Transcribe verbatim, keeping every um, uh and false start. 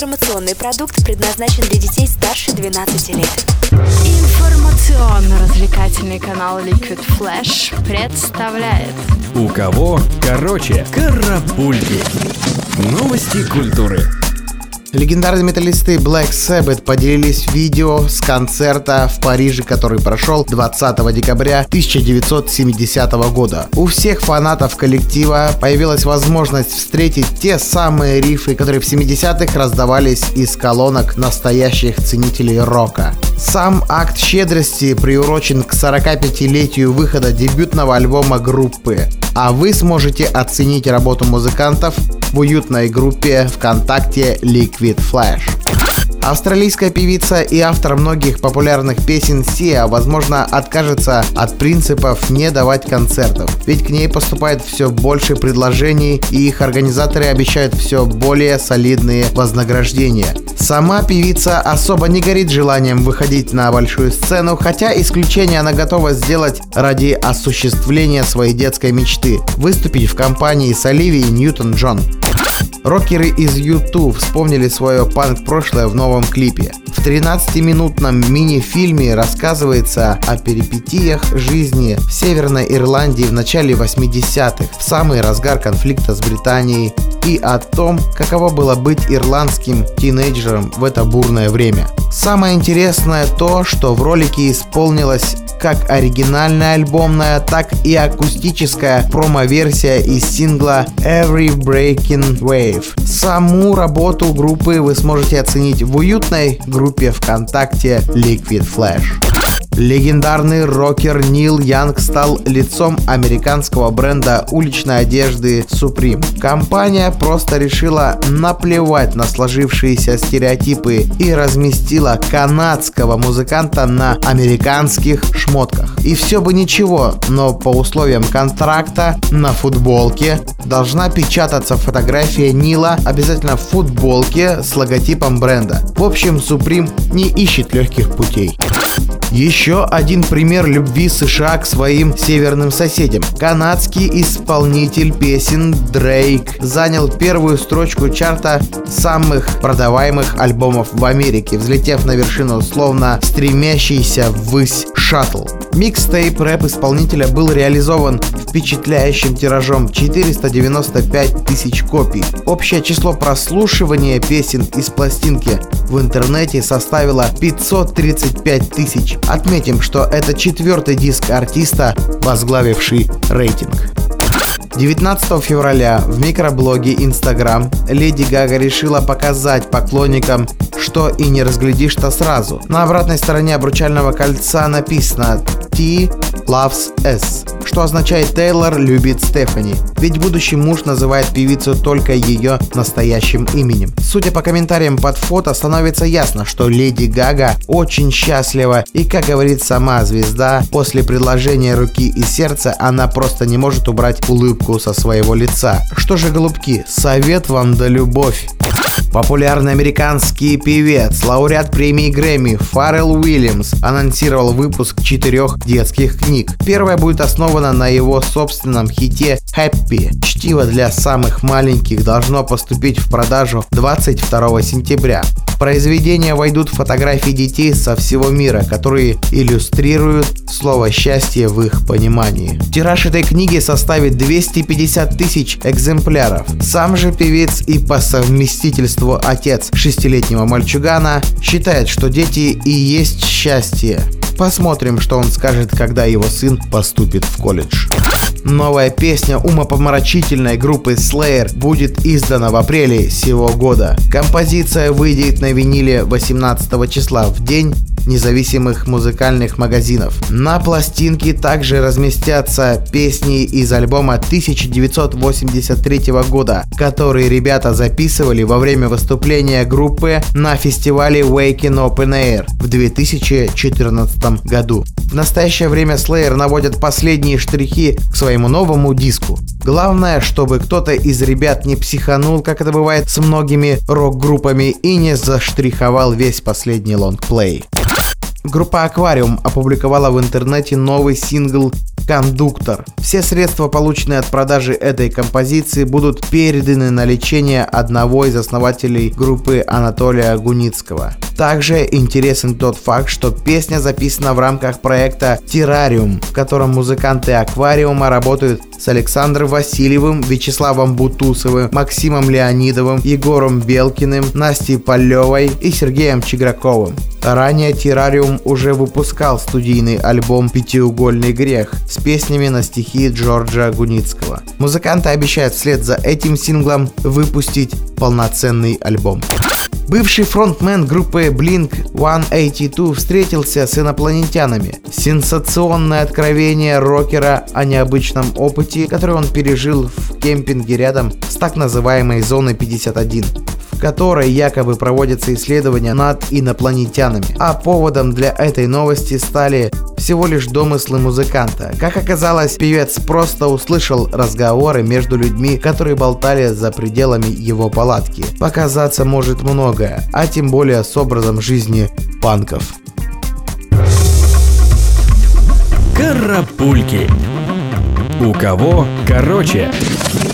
Информационный продукт предназначен для детей старше двенадцати лет. Информационно-развлекательный канал Liquid Flash представляет. У кого короче карапульки. Новости культуры. Легендарные металлисты Black Sabbath поделились видео с концерта в Париже, который прошел двадцатого декабря тысяча девятьсот семидесятого года. У всех фанатов коллектива появилась возможность встретить те самые рифы, которые в семидесятых раздавались из колонок настоящих ценителей рока. Сам акт щедрости приурочен к сорокапятилетию выхода дебютного альбома группы, а вы сможете оценить работу музыкантов в уютной группе ВКонтакте Liquid Flash. Австралийская певица и автор многих популярных песен Сиа, возможно, откажется от принципов не давать концертов, ведь к ней поступает все больше предложений, и их организаторы обещают все более солидные вознаграждения. Сама певица особо не горит желанием выходить на большую сцену, хотя исключение она готова сделать ради осуществления своей детской мечты – выступить в компании с Оливией Ньютон-Джон. Рокеры из ю ту вспомнили свое панк-прошлое в новом клипе. В тринадцатиминутном мини-фильме рассказывается о перипетиях жизни в Северной Ирландии в начале восьмидесятых, в самый разгар конфликта с Британией, и о том, каково было быть ирландским тинейджером в это бурное время. Самое интересное то, что в ролике исполнилась как оригинальная альбомная, так и акустическая промо-версия из сингла Every Breaking Wave. Саму работу группы вы сможете оценить в уютной группе ВКонтакте Liquid Flash. Легендарный рокер Нил Янг стал лицом американского бренда уличной одежды Supreme. Компания просто решила наплевать на сложившиеся стереотипы и разместила канадского музыканта на американских шмотках. И все бы ничего, но по условиям контракта на футболке должна печататься фотография Нила обязательно в футболке с логотипом бренда. В общем, Supreme не ищет легких путей. Еще один пример любви США к своим северным соседям. Канадский исполнитель песен Дрейк занял первую строчку чарта самых продаваемых альбомов в Америке, взлетев на вершину словно стремящийся ввысь шаттл. Микстейп рэп исполнителя был реализован впечатляющим тиражом четыреста девяносто пять тысяч копий. Общее число прослушивания песен из пластинки в интернете составило пятьсот тридцать пять тысяч. Отметим, что это четвертый диск артиста, возглавивший рейтинг. девятнадцатого февраля в микроблоге Instagram Леди Гага решила показать поклонникам, что и не разглядишь-то сразу. На обратной стороне обручального кольца написано «T loves S», что означает «Тейлор любит Стефани», ведь будущий муж называет певицу только ее настоящим именем. Судя по комментариям под фото, становится ясно, что Леди Гага очень счастлива, и, как говорит сама звезда, после предложения руки и сердца она просто не может убрать улыбку со своего лица. Что же, голубки, совет вам да любовь. Популярный американский певец, лауреат премии Грэмми Фаррелл Уильямс анонсировал выпуск четырех детских книг. Первая будет основана на его собственном хите «Happy». Чтиво для самых маленьких должно поступить в продажу двадцать второго сентября. В произведение войдут фотографии детей со всего мира, которые иллюстрируют слово «счастье» в их понимании. Тираж этой книги составит двести пятьдесят тысяч экземпляров. Сам же певец и по совместительству отец шестилетнего мальчугана считает, что дети и есть счастье. Посмотрим, что он скажет, когда его сын поступит в колледж. Новая песня умопомрачительной группы Slayer будет издана в апреле сего года. Композиция выйдет на виниле восемнадцатого числа, в день независимых музыкальных магазинов. На пластинке также разместятся песни из альбома тысяча девятьсот восемьдесят третьего года, которые ребята записывали во время выступления группы на фестивале Wacken Open Air в две тысячи четырнадцатом году. В настоящее время Slayer наводят последние штрихи к своему новому диску. Главное, чтобы кто-то из ребят не психанул, как это бывает с многими рок-группами, и не заштриховал весь последний лонгплей. Группа «Аквариум» опубликовала в интернете новый сингл «Кондуктор». Все средства, полученные от продажи этой композиции, будут переданы на лечение одного из основателей группы Анатолия Гуницкого. Также интересен тот факт, что песня записана в рамках проекта «Террариум», в котором музыканты «Аквариума» работают с Александром Васильевым, Вячеславом Бутусовым, Максимом Леонидовым, Егором Белкиным, Настей Полевой и Сергеем Чиграковым. Ранее «Террариум» уже выпускал студийный альбом «Пятиугольный грех» с песнями на стихи Джорджа Гуницкого. Музыканты обещают вслед за этим синглом выпустить полноценный альбом. Бывший фронтмен группы блинк сто восемьдесят два встретился с инопланетянами. Сенсационное откровение рокера о необычном опыте, который он пережил в кемпинге рядом с так называемой зоной пятьдесят один, в которой якобы проводятся исследования над инопланетянами. А поводом для этой новости стали всего лишь домыслы музыканта. Как оказалось, певец просто услышал разговоры между людьми, которые болтали за пределами его палатки. Показаться может многое, а тем более с образом жизни панков. Карапульки. У кого короче?